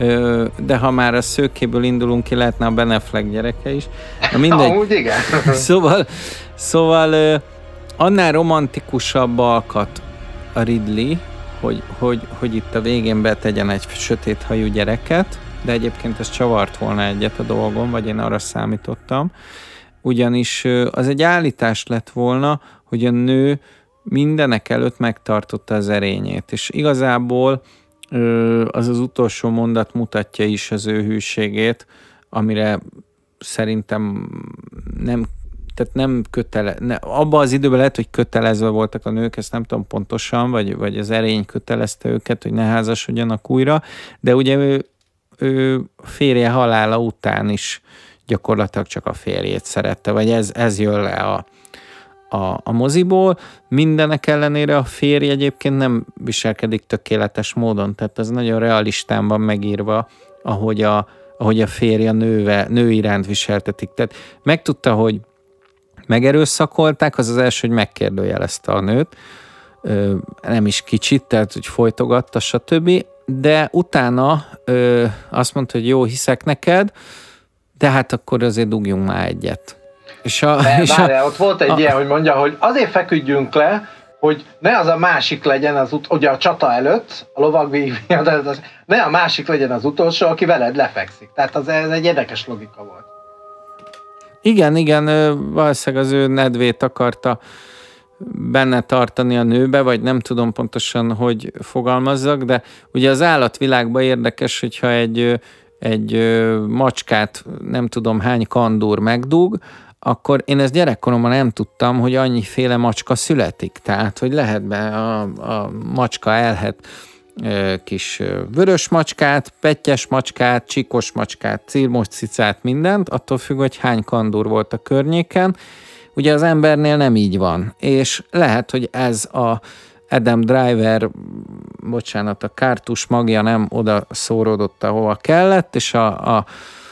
de ha már a szőkéből indulunk ki, lehetne a Ben Affleck gyereke is. Na mindegy. Amúgy igen. Szóval, szóval annál romantikusabb alkat a Ridley, hogy, hogy, hogy itt a végén betegyen egy sötét hajú gyereket, de egyébként ez csavart volna egyet a dolgon, vagy én arra számítottam. Ugyanis az egy állítás lett volna, hogy a nő mindenek előtt megtartotta az erényét, és igazából az az utolsó mondat mutatja is az ő hűségét, amire szerintem nem, tehát nem kötele, ne, abban az időben lehet, hogy kötelezve voltak a nők, ezt nem tudom pontosan, vagy, vagy az erény kötelezte őket, hogy ne házasodjanak újra, de ugye ő, ő férje halála után is gyakorlatilag csak a férjét szerette, vagy ez, ez jön le a, a, a moziból. Mindenek ellenére a férj egyébként nem viselkedik tökéletes módon, tehát ez nagyon realistán van megírva, ahogy a, ahogy a férje nőve, nő iránt viseltetik. Tehát megtudta, hogy megerőszakolták, az az első, hogy megkérdőjelezte a nőt, ö, nem is kicsit, tehát hogy folytogatta, stb., de utána ö, azt mondta, hogy jó, hiszek neked, de hát akkor azért dugjunk már egyet. És a, de, és várjál, a, ott volt egy a, ilyen, hogy mondja, hogy azért feküdjünk le, hogy ne az a másik legyen az ut- ugye a csata előtt, a lovagvívja, de az, ne a másik legyen az utolsó, aki veled lefekszik. Tehát az, ez egy érdekes logika volt. Igen, igen, valószínűleg az ő nedvét akarta benne tartani a nőbe, vagy nem tudom pontosan, hogy fogalmazzak, de ugye az állatvilágban érdekes, hogyha egy, egy macskát nem tudom hány kandúr megdug, akkor én ezt gyerekkoromban nem tudtam, hogy annyiféle macska születik. Tehát, hogy lehet be a, a macska elhet kis vörös macskát, pettyes macskát, csikos macskát, cirmos cicát, mindent, attól függ, hogy hány kandúr volt a környéken. Ugye az embernél nem így van, és lehet, hogy ez a Adam Driver, bocsánat, a kártus magja nem oda szóródott, ahova kellett, és a, a,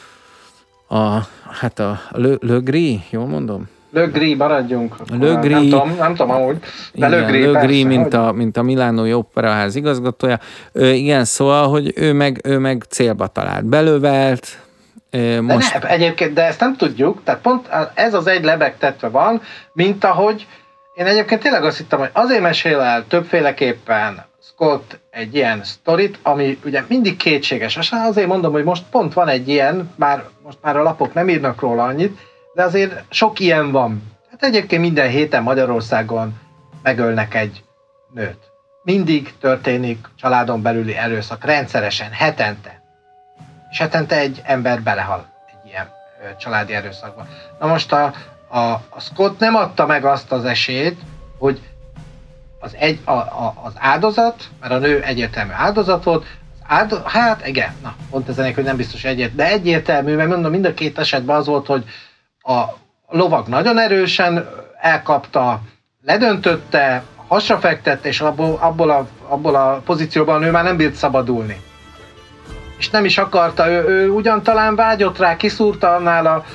a hát a Le, Le Gris, jól mondom? Le Gris, maradjunk. Le Gris, nem tudom, nem tudom amúgy. De igen, Le Gris, Le persze, Gris mint, hogy... a, mint a Milánói Operaház igazgatója. Ö, igen, szóval, hogy ő meg, ő meg célba talált, belövelt. Ö, most... De ne, egyébként, de ezt nem tudjuk, tehát pont ez az egy lebegtetve van, mint ahogy én egyébként tényleg azt hittem, hogy azért mesél el többféleképpen Scott egy ilyen sztorit, ami ugye mindig kétséges. És azért mondom, hogy most pont van egy ilyen, bár most már a lapok nem írnak róla annyit, de azért sok ilyen van. Hát egyébként minden héten Magyarországon megölnek egy nőt. Mindig történik családon belüli erőszak, rendszeresen, hetente. És hetente egy ember belehal egy ilyen ö, családi erőszakba. Na most a, a, a Scott nem adta meg azt az esélyt, hogy az, egy, a, a, az áldozat, mert a nő egyértelmű áldozat volt, az áldoz, hát igen, na, pont ezenek, hogy nem biztos egyértelmű, de egyértelmű, mert mondom, mind a két esetben az volt, hogy a lovag nagyon erősen elkapta, ledöntötte, hasra fektette, és abból, abból, a, abból a pozícióban a nő már nem bírt szabadulni. És nem is akarta, ő, ő ugyan talán vágyott rá, kiszúrta annál a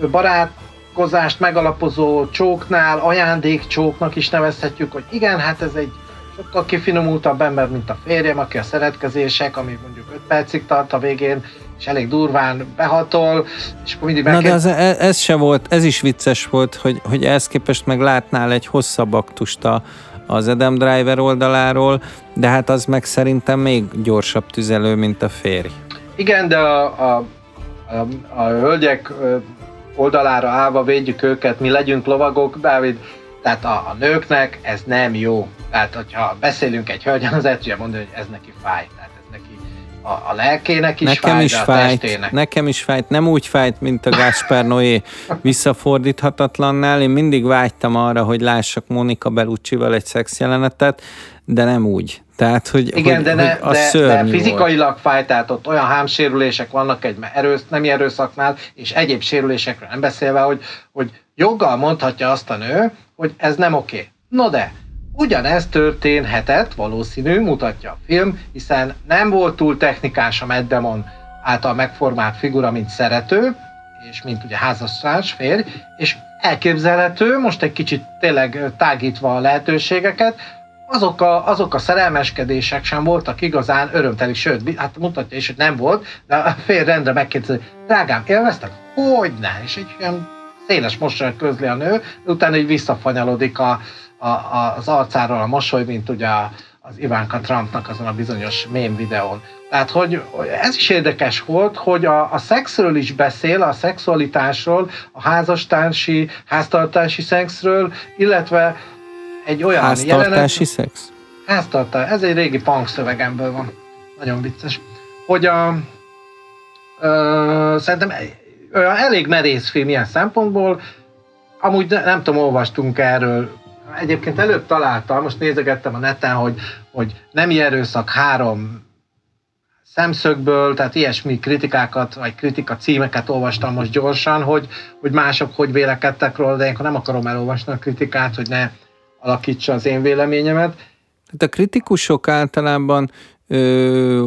barátkozást megalapozó csóknál, ajándékcsóknak is nevezhetjük, hogy igen, hát ez egy sokkal kifinomultabb ember, mint a férjem, aki a szeretkezések, ami mondjuk öt percig tart a végén, és elég durván behatol, és akkor mindig Na de az, ez se volt, ez is vicces volt, hogy, hogy ehhez képest meg látnál egy hosszabb aktust a, az Adam Driver oldaláról, de hát az meg szerintem még gyorsabb tüzelő, mint a férj. Igen, de a, a, a, a hölgyek oldalára állva védjük őket, mi legyünk lovagok, Dávid, tehát a, a nőknek ez nem jó. Tehát, hogyha beszélünk egy hölgyen, az el tudja mondani, hogy ez neki fáj. Tehát ez neki a, a lelkének is nekem fáj, is de a fájt, testének. Nekem is fájt, nem úgy fájt, mint a Gaspar Noé visszafordíthatatlannál. Én mindig vágytam arra, hogy lássak Monica Belluccival egy szexjelenetet, de nem úgy. Tehát, hogy, igen, hogy, de, ne, hogy de, de fizikailag volt. fáj, tehát ott olyan hámsérülések vannak egy erősz, nem erőszaknál, és egyéb sérülésekről nem beszélve, hogy, hogy joggal mondhatja azt a nő, hogy ez nem oké. No de, ugyanez történhetett, valószínű, mutatja a film, hiszen nem volt túl technikás a Matt Damon által megformált figura, mint szerető, és mint ugye házastárs, férj, és elképzelhető, most egy kicsit tényleg tágítva a lehetőségeket, azok a, azok a szerelmeskedések sem voltak igazán örömteli, sőt, hát mutatja is, hogy nem volt, de a férj rendre megkérdezi, drágám, élvezted? Hogyne? És egy ilyen széles mosolyt közli a nő, utána így visszafanyalodik a, a, a, az arcáról a mosoly, mint ugye az Ivanka Trumpnak azon a bizonyos mém videón. Tehát, hogy ez is érdekes volt, hogy a, a szexről is beszél, a szexualitásról, a házastársi, háztartási szexről, illetve egy olyan háztartási jelenet, szex? Háztartás, ez egy régi punk szövegemből van. Nagyon vicces. Hogy a ö, szerintem olyan elég merész film ilyen szempontból, amúgy nem tudom, olvastunk erről. Egyébként előbb találtam, most nézegettem a neten, hogy, hogy nemi erőszak három szemszögből, tehát ilyesmi kritikákat, vagy kritika címeket olvastam most gyorsan, hogy, hogy mások hogy vélekedtek róla, de én nem akarom elolvasni a kritikát, hogy ne alakítsa az én véleményemet. Tehát a kritikusok általában ö,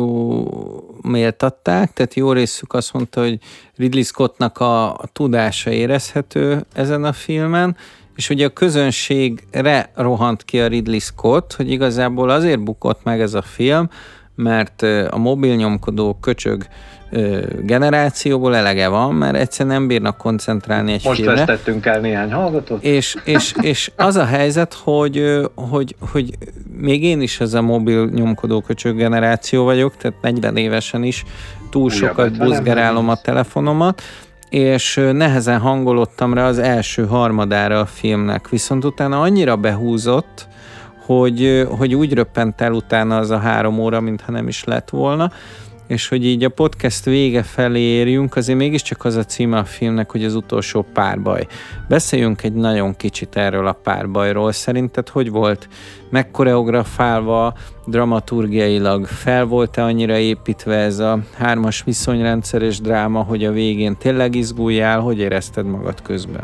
méltatták, tehát jó részük azt mondta, hogy Ridley Scottnak a, a tudása érezhető ezen a filmen, és ugye a közönségre rohant ki a Ridley Scott, hogy igazából azért bukott meg ez a film, mert a mobil nyomkodó köcsög generációból elege van, mert egyszerűen nem bírnak koncentrálni egy Most filmre. Most vesztettünk el néhány hallgatót. És, és, és az a helyzet, hogy, hogy, hogy még én is ez a mobil nyomkodó köcsög generáció vagyok, tehát negyven évesen is túl Újabb sokat buzgerálom a telefonomat, és nehezen hangolottam rá az első harmadára a filmnek. Viszont utána annyira behúzott, hogy, hogy úgy röppent el utána az a három óra, mintha nem is lett volna, és hogy így a podcast vége felé érjünk, azért mégiscsak az a címe a filmnek, hogy az utolsó párbaj. Beszéljünk egy nagyon kicsit erről a párbajról. Szerinted hogy volt megkoreografálva, dramaturgiailag fel volt-e annyira építve ez a hármas viszonyrendszeres dráma, hogy a végén tényleg izguljál? Hogy érezted magad közben?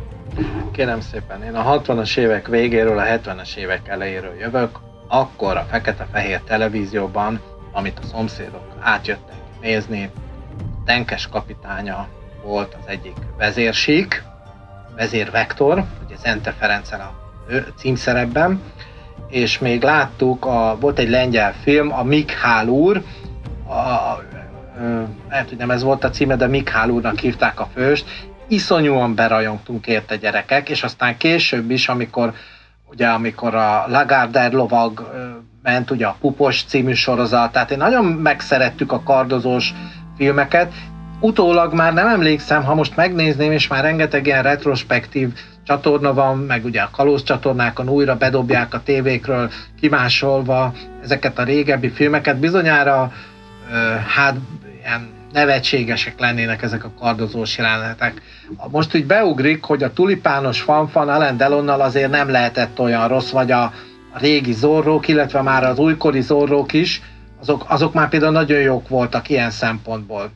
Kérem szépen, én a hatvanas évek végéről, a hetvenes évek elejéről jövök, akkor a fekete-fehér televízióban, amit a szomszédok átjöttek nézni, Tenkes kapitánya volt az egyik vezérsík, vezérvektor, ugye Zente Ferenccel a címszerepben, és még láttuk, a, volt egy lengyel film, a Mikhál úr, a, a, lehet, hogy nem ez volt a címe, de Mikhál úrnak hívták a főst, iszonyúan berajongtunk érte gyerekek, és aztán később is, amikor, ugye, amikor a Lagardère lovag ment, ugye a Pupos című sorozat, tehát én nagyon megszerettük a kardozós filmeket, utólag már nem emlékszem, ha most megnézném, és már rengeteg ilyen retrospektív csatorna van, meg ugye a kalóz csatornákon újra bedobják a tévékről kimásolva ezeket a régebbi filmeket, bizonyára hát ilyen nevetségesek lennének ezek a kardozós jelenetek. Most úgy beugrik, hogy a tulipános fanfan Alain Delonnal azért nem lehetett olyan rossz, vagy a, a régi Zorrók, illetve már az újkori Zorrók is, azok, azok már például nagyon jók voltak ilyen szempontból.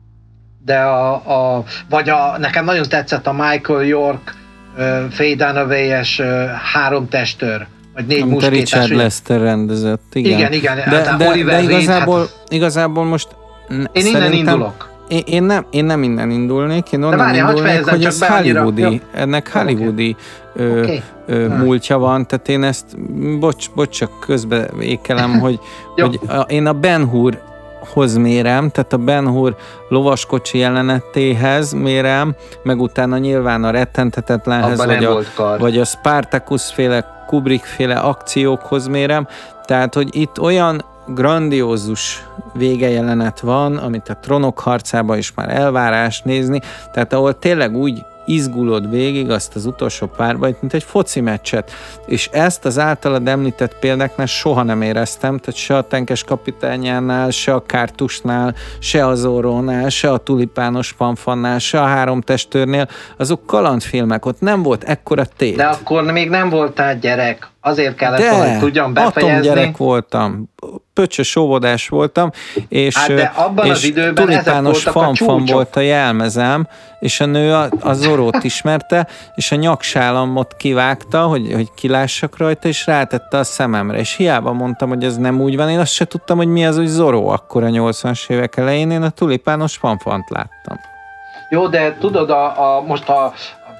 De a, a vagy a, nekem nagyon tetszett a Michael York uh, Faye Dunaway-es uh, Három testőr, vagy Négy Amit muskétás. Richard Lester rendezett, igen. Igen, igen. De, hát de, Oliver de igazából, Reed, hát, igazából most én innen indulok. Én, én, nem, én nem innen indulnék, én onnan várjál, indulnék, hogy ez hollywoodi, annyira, ennek hollywoodi okay. ö, okay. ö, múltja van, tehát én ezt, bocs, bocs csak közbe ékelem, hogy, hogy a, én a Ben Hurhoz mérem, tehát a Ben Hur lovaskocsi jelenetéhez mérem, meg utána nyilván a rettenthetetlenhez, vagy a, vagy a Spartacus féle, Kubrick féle akciókhoz mérem, tehát hogy itt olyan grandiózus végejelenet van, amit a Trónok harcában is már elvárás nézni, tehát ahol tényleg úgy izgulod végig azt az utolsó párbajt, mint egy foci meccset. És ezt az általad említett példáknál soha nem éreztem, tehát se a Tenkes kapitányánál, se a Kártusnál, se a Zorrónál, se a Tulipános fanfannál, se a Három testőrnél, azok kalandfilmek, ott nem volt ekkora tét. De akkor még nem voltál gyerek, azért kellett volna, hogy tudjam befejezni. De, atomgyerek voltam, pöcsös óvodás voltam, és, hát de abban és az időben tulipános fanfan a volt a jelmezem, és a nő a, a Zorrót ismerte, és a nyaksálamot kivágta, hogy, hogy kilássak rajta, és rátette a szememre, és hiába mondtam, hogy ez nem úgy van, én azt se tudtam, hogy mi az, hogy Zorró akkor a nyolcvanas évek elején, én a tulipános fanfant láttam. Jó, de tudod, a, a, most a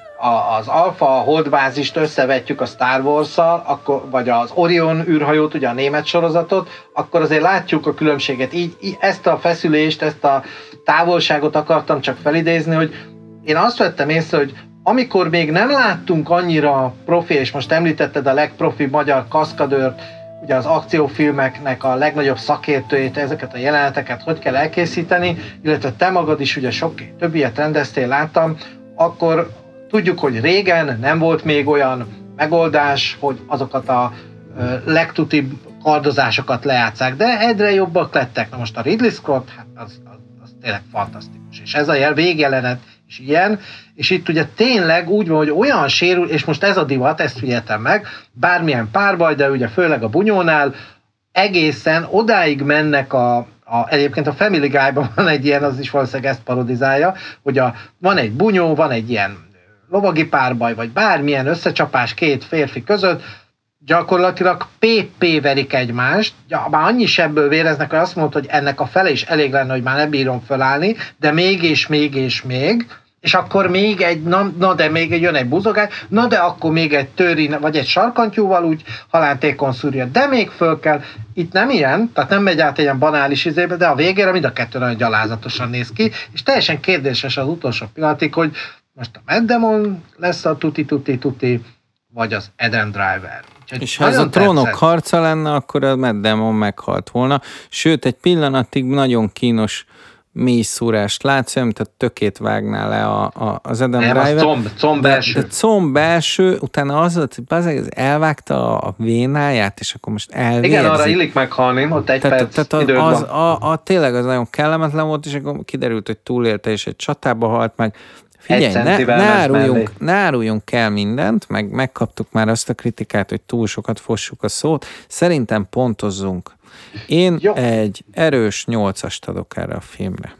A, az Alpha holdbázist összevetjük a Star Wars-szal, akkor, vagy az Orion űrhajót, ugye a német sorozatot, akkor azért látjuk a különbséget. Így, így ezt a feszülést, ezt a távolságot akartam csak felidézni, hogy én azt vettem észre, hogy amikor még nem láttunk annyira profi, és most említetted a legprofi magyar kaszkadőrt, ugye az akciófilmeknek a legnagyobb szakértőjét, ezeket a jeleneteket hogy kell elkészíteni, illetve te magad is ugye sok több ilyet rendeztél, láttam, akkor tudjuk, hogy régen nem volt még olyan megoldás, hogy azokat a legtutibb kardozásokat lejátszák, de egyre jobbak lettek. Na most a Ridley Scott, hát az, az, az tényleg fantasztikus. És ez a végjelenet is ilyen, és itt ugye tényleg úgy van, hogy olyan sérül, és most ez a divat, ezt figyeltem meg, bármilyen párbaj, de ugye főleg a bunyónál, egészen odáig mennek a A, egyébként a Family Guy-ban van egy ilyen, az is valószínűleg ezt parodizálja, hogy a, van egy bunyó, van egy ilyen lovagi párbaj, vagy bármilyen összecsapás két férfi között, gyakorlatilag pé pé verik egymást, ja, már annyi sebből véreznek, hogy azt mondod, hogy ennek a fele is elég lenne, hogy már ne bírom fölállni, de még és még és még, és akkor még egy, na, na de még egy, jön egy buzogás, na de akkor még egy töri, vagy egy sarkantyúval úgy halántékon szúrja, de még föl kell. Itt nem ilyen, tehát nem megy át ilyen banális izébe, de a végére mind a kettő nagyon gyalázatosan néz ki, és teljesen kérdéses az utolsó pillanatig, hogy most a Matt Damon lesz a tuti-tuti-tuti, vagy az Adam Driver. Úgyhogy és ha ez a Trónok tetszett. harca lenne, akkor a Matt Damon meghalt volna. Sőt, egy pillanatig nagyon kínos mély szúrást látsz, mint a tökét vágná le a, a, az Adam nem, Driver. Az comb, comb belső. De, de comb belső, utána az volt, hogy elvágta a vénáját, és akkor most elvérzik. Igen, arra illik meghalni, ott egy tehát, perc tehát időd az, van. A, a, tényleg az nagyon kellemetlen volt, és akkor kiderült, hogy túlélte, és egy csatába halt meg. Figyelj, ne, ne, áruljunk, ne áruljunk el mindent, meg megkaptuk már azt a kritikát, hogy túl sokat fossuk a szót. Szerintem pontozzunk. Én Jó. egy erős nyolcast adok erre a filmre.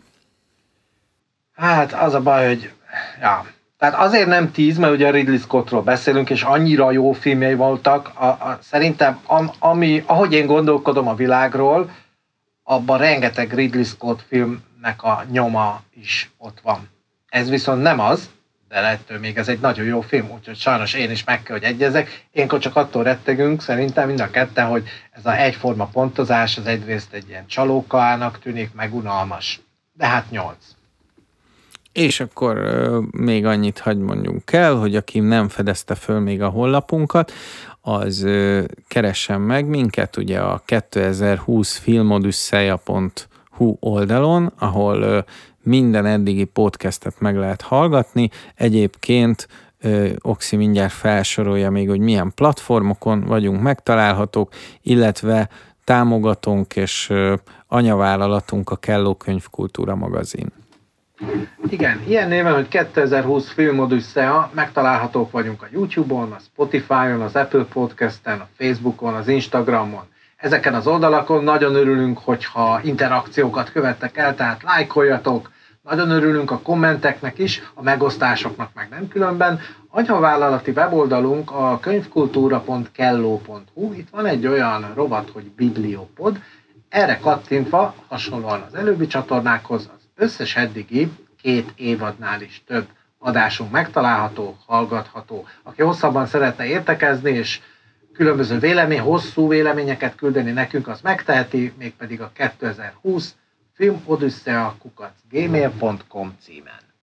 Hát az a baj, hogy ja. Tehát azért nem tíz, mert ugye Ridley Scottról beszélünk, és annyira jó filmjei voltak. A, a, szerintem, am, ami, ahogy én gondolkodom a világról, abban rengeteg Ridley Scott filmnek a nyoma is ott van. Ez viszont nem az, de lehető még ez egy nagyon jó film, úgyhogy sajnos én is meg kell, hogy egyezek. Énkor csak attól rettegünk, szerintem mind a ketten, hogy ez a egyforma pontozás, az egyrészt egy ilyen csalókának tűnik, meg unalmas. De hát nyolc. És akkor euh, még annyit hagy mondjunk el, hogy aki nem fedezte föl még a honlapunkat, az euh, keressen meg minket ugye a kétezer-húsz filmodüsszeja pont hu oldalon, ahol euh, minden eddigi podcastet meg lehet hallgatni. Egyébként Oxi mindjárt felsorolja még, hogy milyen platformokon vagyunk megtalálhatók, illetve támogatónk és anyavállalatunk a Kelló Könyvkultúra magazin. Igen, ilyen néven, hogy kétezer-húsz Film Odüsszea, megtalálhatók vagyunk a YouTube-on, a Spotify-on, az Apple Podcast-en, a Facebookon, az Instagramon. Ezeken az oldalakon nagyon örülünk, hogyha interakciókat követtek el, tehát lájkoljatok, nagyon örülünk a kommenteknek is, a megosztásoknak meg nem különben. Anyavállalati weboldalunk a könyvkultúra pont kelló pont hu, itt van egy olyan rovat, hogy Bibliopod, erre kattintva, hasonlóan az előbbi csatornákhoz, az összes eddigi két évadnál is több adásunk megtalálható, hallgatható. Aki hosszabban szeretne értekezni, és különböző vélemény, hosszú véleményeket küldeni nekünk, az megteheti, mégpedig a kétezer-húsz Film Odüsszea kukac gmail pont com címen.